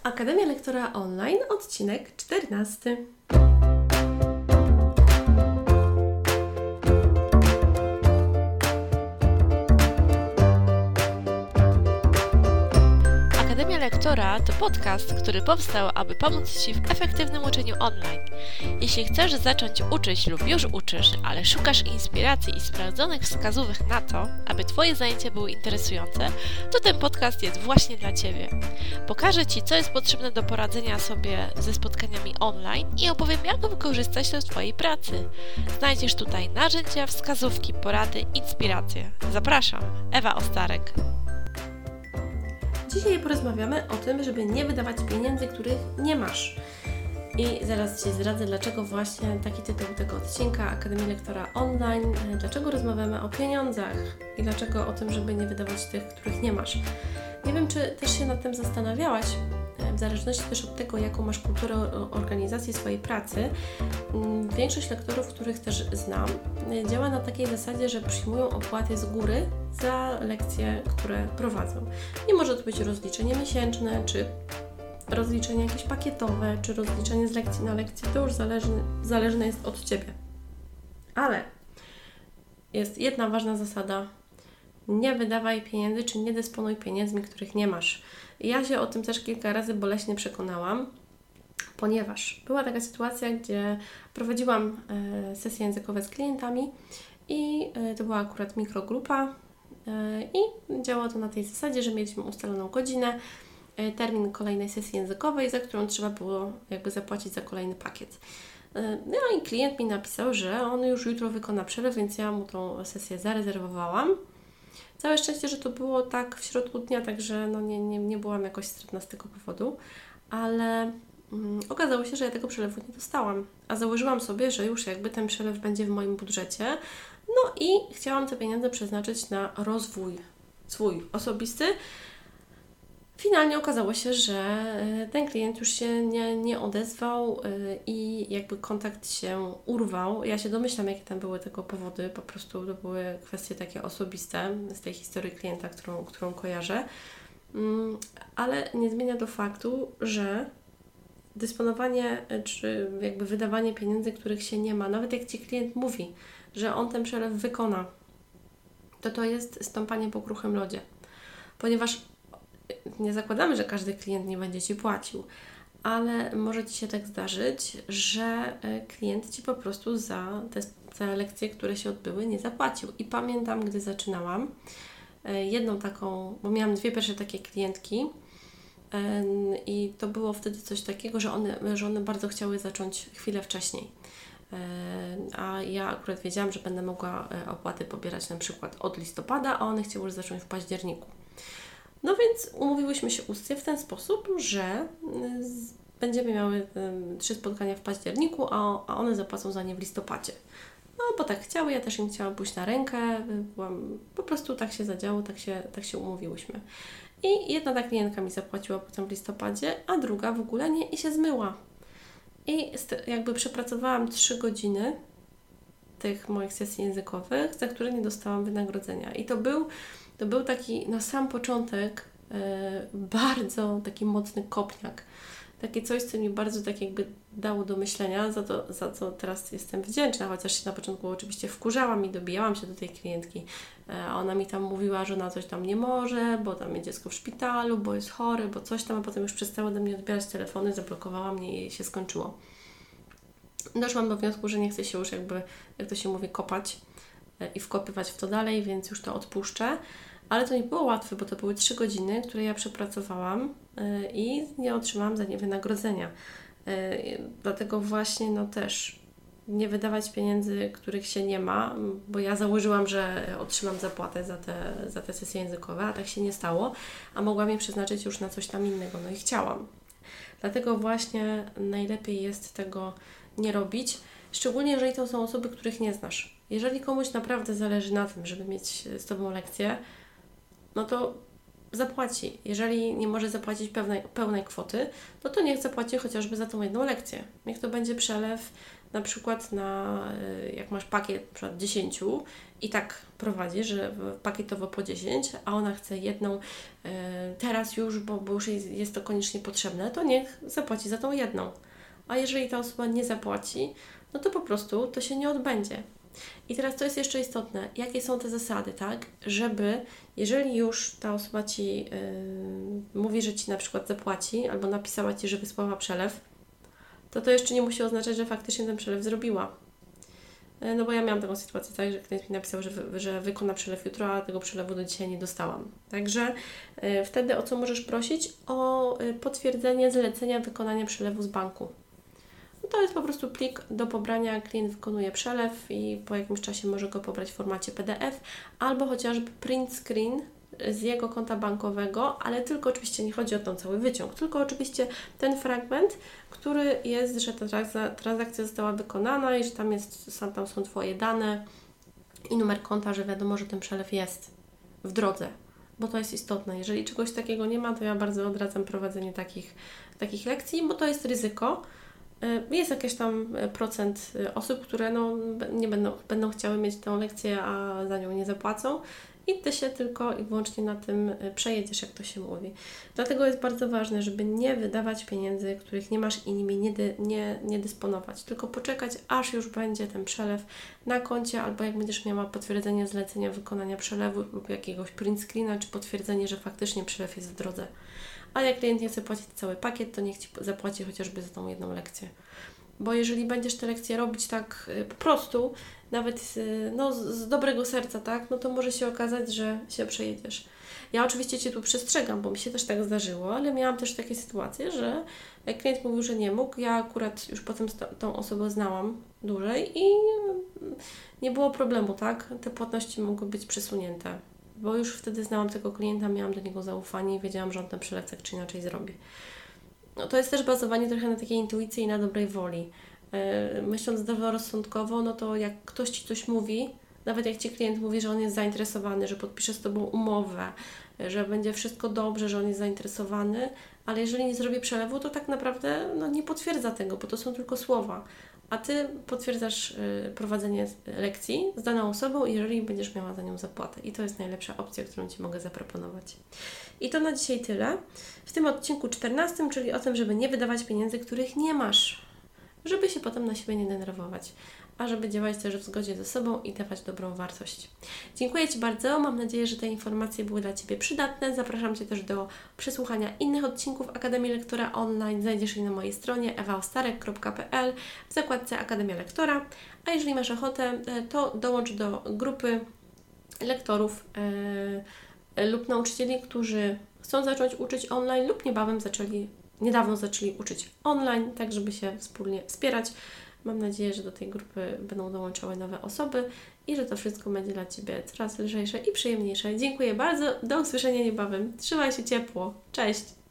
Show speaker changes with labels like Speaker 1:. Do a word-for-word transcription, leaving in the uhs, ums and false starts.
Speaker 1: Akademia Lektora Online, odcinek czternasty.
Speaker 2: Akademia Lektora to podcast, który powstał, aby pomóc Ci w efektywnym uczeniu online. Jeśli chcesz zacząć uczyć lub już uczysz, ale szukasz inspiracji i sprawdzonych wskazówek na to, aby Twoje zajęcia były interesujące, to ten podcast jest właśnie dla Ciebie. Pokażę Ci, co jest potrzebne do poradzenia sobie ze spotkaniami online i opowiem, jak wykorzystać to w Twojej pracy. Znajdziesz tutaj narzędzia, wskazówki, porady, inspiracje. Zapraszam, Ewa Ostarek.
Speaker 1: Dzisiaj porozmawiamy o tym, żeby nie wydawać pieniędzy, których nie masz. I zaraz Ci zdradzę, dlaczego właśnie taki tytuł tego odcinka Akademii Lektora Online, dlaczego rozmawiamy o pieniądzach i dlaczego o tym, żeby nie wydawać tych, których nie masz. Nie wiem, czy też się nad tym zastanawiałaś, w zależności też od tego, jaką masz kulturę organizacji swojej pracy. Większość lektorów, których też znam, działa na takiej zasadzie, że przyjmują opłaty z góry za lekcje, które prowadzą. I może to być rozliczenie miesięczne, czy rozliczenie jakieś pakietowe, czy rozliczenie z lekcji na lekcję. To już zależne, zależne jest od Ciebie. Ale jest jedna ważna zasada. Nie wydawaj pieniędzy, czy nie dysponuj pieniędzmi, których nie masz. Ja się o tym też kilka razy boleśnie przekonałam, ponieważ była taka sytuacja, gdzie prowadziłam e, sesje językowe z klientami i e, to była akurat mikrogrupa e, i działało to na tej zasadzie, że mieliśmy ustaloną godzinę, e, termin kolejnej sesji językowej, za którą trzeba było jakby zapłacić za kolejny pakiet. E, no i klient mi napisał, że on już jutro wykona przelew, więc ja mu tą sesję zarezerwowałam. Całe szczęście, że to było tak w środku dnia, także no nie, nie, nie byłam jakoś stratna z tego powodu, ale mm, okazało się, że ja tego przelewu nie dostałam, a założyłam sobie, że już jakby ten przelew będzie w moim budżecie, no i chciałam te pieniądze przeznaczyć na rozwój swój osobisty. Finalnie okazało się, że ten klient już się nie, nie odezwał i jakby kontakt się urwał. Ja się domyślam, jakie tam były tego powody, po prostu to były kwestie takie osobiste z tej historii klienta, którą, którą kojarzę, ale nie zmienia to faktu, że dysponowanie czy jakby wydawanie pieniędzy, których się nie ma, nawet jak Ci klient mówi, że on ten przelew wykona, to to jest stąpanie po kruchym lodzie, ponieważ nie zakładamy, że każdy klient nie będzie Ci płacił, ale może Ci się tak zdarzyć, że klient Ci po prostu za te, te lekcje, które się odbyły, nie zapłacił. I pamiętam, gdy zaczynałam, jedną taką, bo miałam dwie pierwsze takie klientki i to było wtedy coś takiego, że one, że one bardzo chciały zacząć chwilę wcześniej. A ja akurat wiedziałam, że będę mogła opłaty pobierać na przykład od listopada, a one chciały zacząć w październiku. No więc umówiłyśmy się ustnie w ten sposób, że będziemy miały trzy spotkania w październiku, a, a one zapłacą za nie w listopadzie. No bo tak chciały, ja też im chciałam pójść na rękę, byłam, po prostu tak się zadziało, tak się, tak się umówiłyśmy. I jedna ta klientka mi zapłaciła potem w listopadzie, a druga w ogóle nie i się zmyła. I jakby przepracowałam trzy godziny tych moich sesji językowych, za które nie dostałam wynagrodzenia. I to był To był taki na sam początek e, bardzo taki mocny kopniak. Takie coś, co mi bardzo tak jakby dało do myślenia, za to, za co teraz jestem wdzięczna, chociaż się na początku oczywiście wkurzałam i dobijałam się do tej klientki. E, a ona mi tam mówiła, że ona coś tam nie może, bo tam jest dziecko w szpitalu, bo jest chory, bo coś tam, a potem już przestała do mnie odbierać telefony, zablokowała mnie i się skończyło. Doszłam do wniosku, że nie chcę się już jakby, jak to się mówi, kopać i wkopywać w to dalej, więc już to odpuszczę. Ale to nie było łatwe, bo to były trzy godziny, które ja przepracowałam yy, i nie otrzymałam za nie wynagrodzenia. Yy, dlatego właśnie no też nie wydawać pieniędzy, których się nie ma, bo ja założyłam, że otrzymam zapłatę za te, za te sesje językowe, a tak się nie stało, a mogłam je przeznaczyć już na coś tam innego, no i chciałam. Dlatego właśnie najlepiej jest tego nie robić, szczególnie jeżeli to są osoby, których nie znasz. Jeżeli komuś naprawdę zależy na tym, żeby mieć z Tobą lekcję, no to zapłaci. Jeżeli nie może zapłacić pełnej, pełnej kwoty, no to niech zapłaci chociażby za tą jedną lekcję. Niech to będzie przelew na przykład na, jak masz pakiet na przykład dziesięć i tak prowadzi, że pakietowo po dziesięć, a ona chce jedną teraz już, bo, bo już jest, jest to koniecznie potrzebne, to niech zapłaci za tą jedną. A jeżeli ta osoba nie zapłaci, no to po prostu to się nie odbędzie. I teraz to jest jeszcze istotne, jakie są te zasady, tak, żeby jeżeli już ta osoba Ci yy, mówi, że Ci na przykład zapłaci albo napisała Ci, że wysłała przelew, to to jeszcze nie musi oznaczać, że faktycznie ten przelew zrobiła. Yy, no bo ja miałam taką sytuację, tak, że klient mi napisał, że, wy, że wykona przelew jutro, a tego przelewu do dzisiaj nie dostałam. Także yy, wtedy o co możesz prosić? O yy, potwierdzenie zlecenia wykonania przelewu z banku. To jest po prostu plik do pobrania, klient wykonuje przelew i po jakimś czasie może go pobrać w formacie P D F albo chociażby print screen z jego konta bankowego, ale tylko oczywiście nie chodzi o ten cały wyciąg, tylko oczywiście ten fragment, który jest, że ta transakcja została wykonana i że tam, jest, tam są Twoje dane i numer konta, że wiadomo, że ten przelew jest w drodze, bo to jest istotne. Jeżeli czegoś takiego nie ma, to ja bardzo odradzam prowadzenie takich, takich lekcji, bo to jest ryzyko. Jest jakiś tam procent osób, które no, nie będą, będą chciały mieć tę lekcję, a za nią nie zapłacą i Ty się tylko i wyłącznie na tym przejedziesz, jak to się mówi. Dlatego jest bardzo ważne, żeby nie wydawać pieniędzy, których nie masz i nimi nie, dy, nie, nie dysponować, tylko poczekać, aż już będzie ten przelew na koncie, albo jak będziesz miała potwierdzenie zlecenia wykonania przelewu lub jakiegoś print screena, czy potwierdzenie, że faktycznie przelew jest w drodze. A jak klient nie chce płacić cały pakiet, to niech Ci zapłaci chociażby za tą jedną lekcję. Bo jeżeli będziesz te lekcje robić tak y, po prostu, nawet y, no, z, z dobrego serca, tak, no to może się okazać, że się przejedziesz. Ja oczywiście Cię tu przestrzegam, bo mi się też tak zdarzyło, ale miałam też takie sytuacje, że jak klient mówił, że nie mógł, ja akurat już potem sto, tą osobę znałam dłużej i y, nie było problemu, tak, te płatności mogły być przesunięte. Bo już wtedy znałam tego klienta, miałam do niego zaufanie i wiedziałam, że on ten przelew tak czy inaczej zrobi. No, to jest też bazowanie trochę na takiej intuicji i na dobrej woli. Yy, myśląc zdroworozsądkowo, no to jak ktoś Ci coś mówi, nawet jak Ci klient mówi, że on jest zainteresowany, że podpisze z Tobą umowę, że będzie wszystko dobrze, że on jest zainteresowany, ale jeżeli nie zrobi przelewu, to tak naprawdę no, nie potwierdza tego, bo to są tylko słowa. A Ty potwierdzasz y, prowadzenie lekcji z daną osobą, jeżeli będziesz miała za nią zapłatę. I to jest najlepsza opcja, którą Ci mogę zaproponować. I to na dzisiaj tyle. W tym odcinku czternastym, czyli o tym, żeby nie wydawać pieniędzy, których nie masz, żeby się potem na siebie nie denerwować, a żeby działać też w zgodzie ze sobą i dawać dobrą wartość. Dziękuję Ci bardzo. Mam nadzieję, że te informacje były dla Ciebie przydatne. Zapraszam Cię też do przesłuchania innych odcinków Akademii Lektora Online. Znajdziesz je na mojej stronie ewa ostarek kropka p l w zakładce Akademia Lektora. A jeżeli masz ochotę, to dołącz do grupy lektorów yy, lub nauczycieli, którzy chcą zacząć uczyć online lub niebawem zaczęli, niedawno zaczęli uczyć online, tak żeby się wspólnie wspierać. Mam nadzieję, że do tej grupy będą dołączały nowe osoby i że to wszystko będzie dla Ciebie coraz lżejsze i przyjemniejsze. Dziękuję bardzo. Do usłyszenia niebawem. Trzymaj się ciepło. Cześć!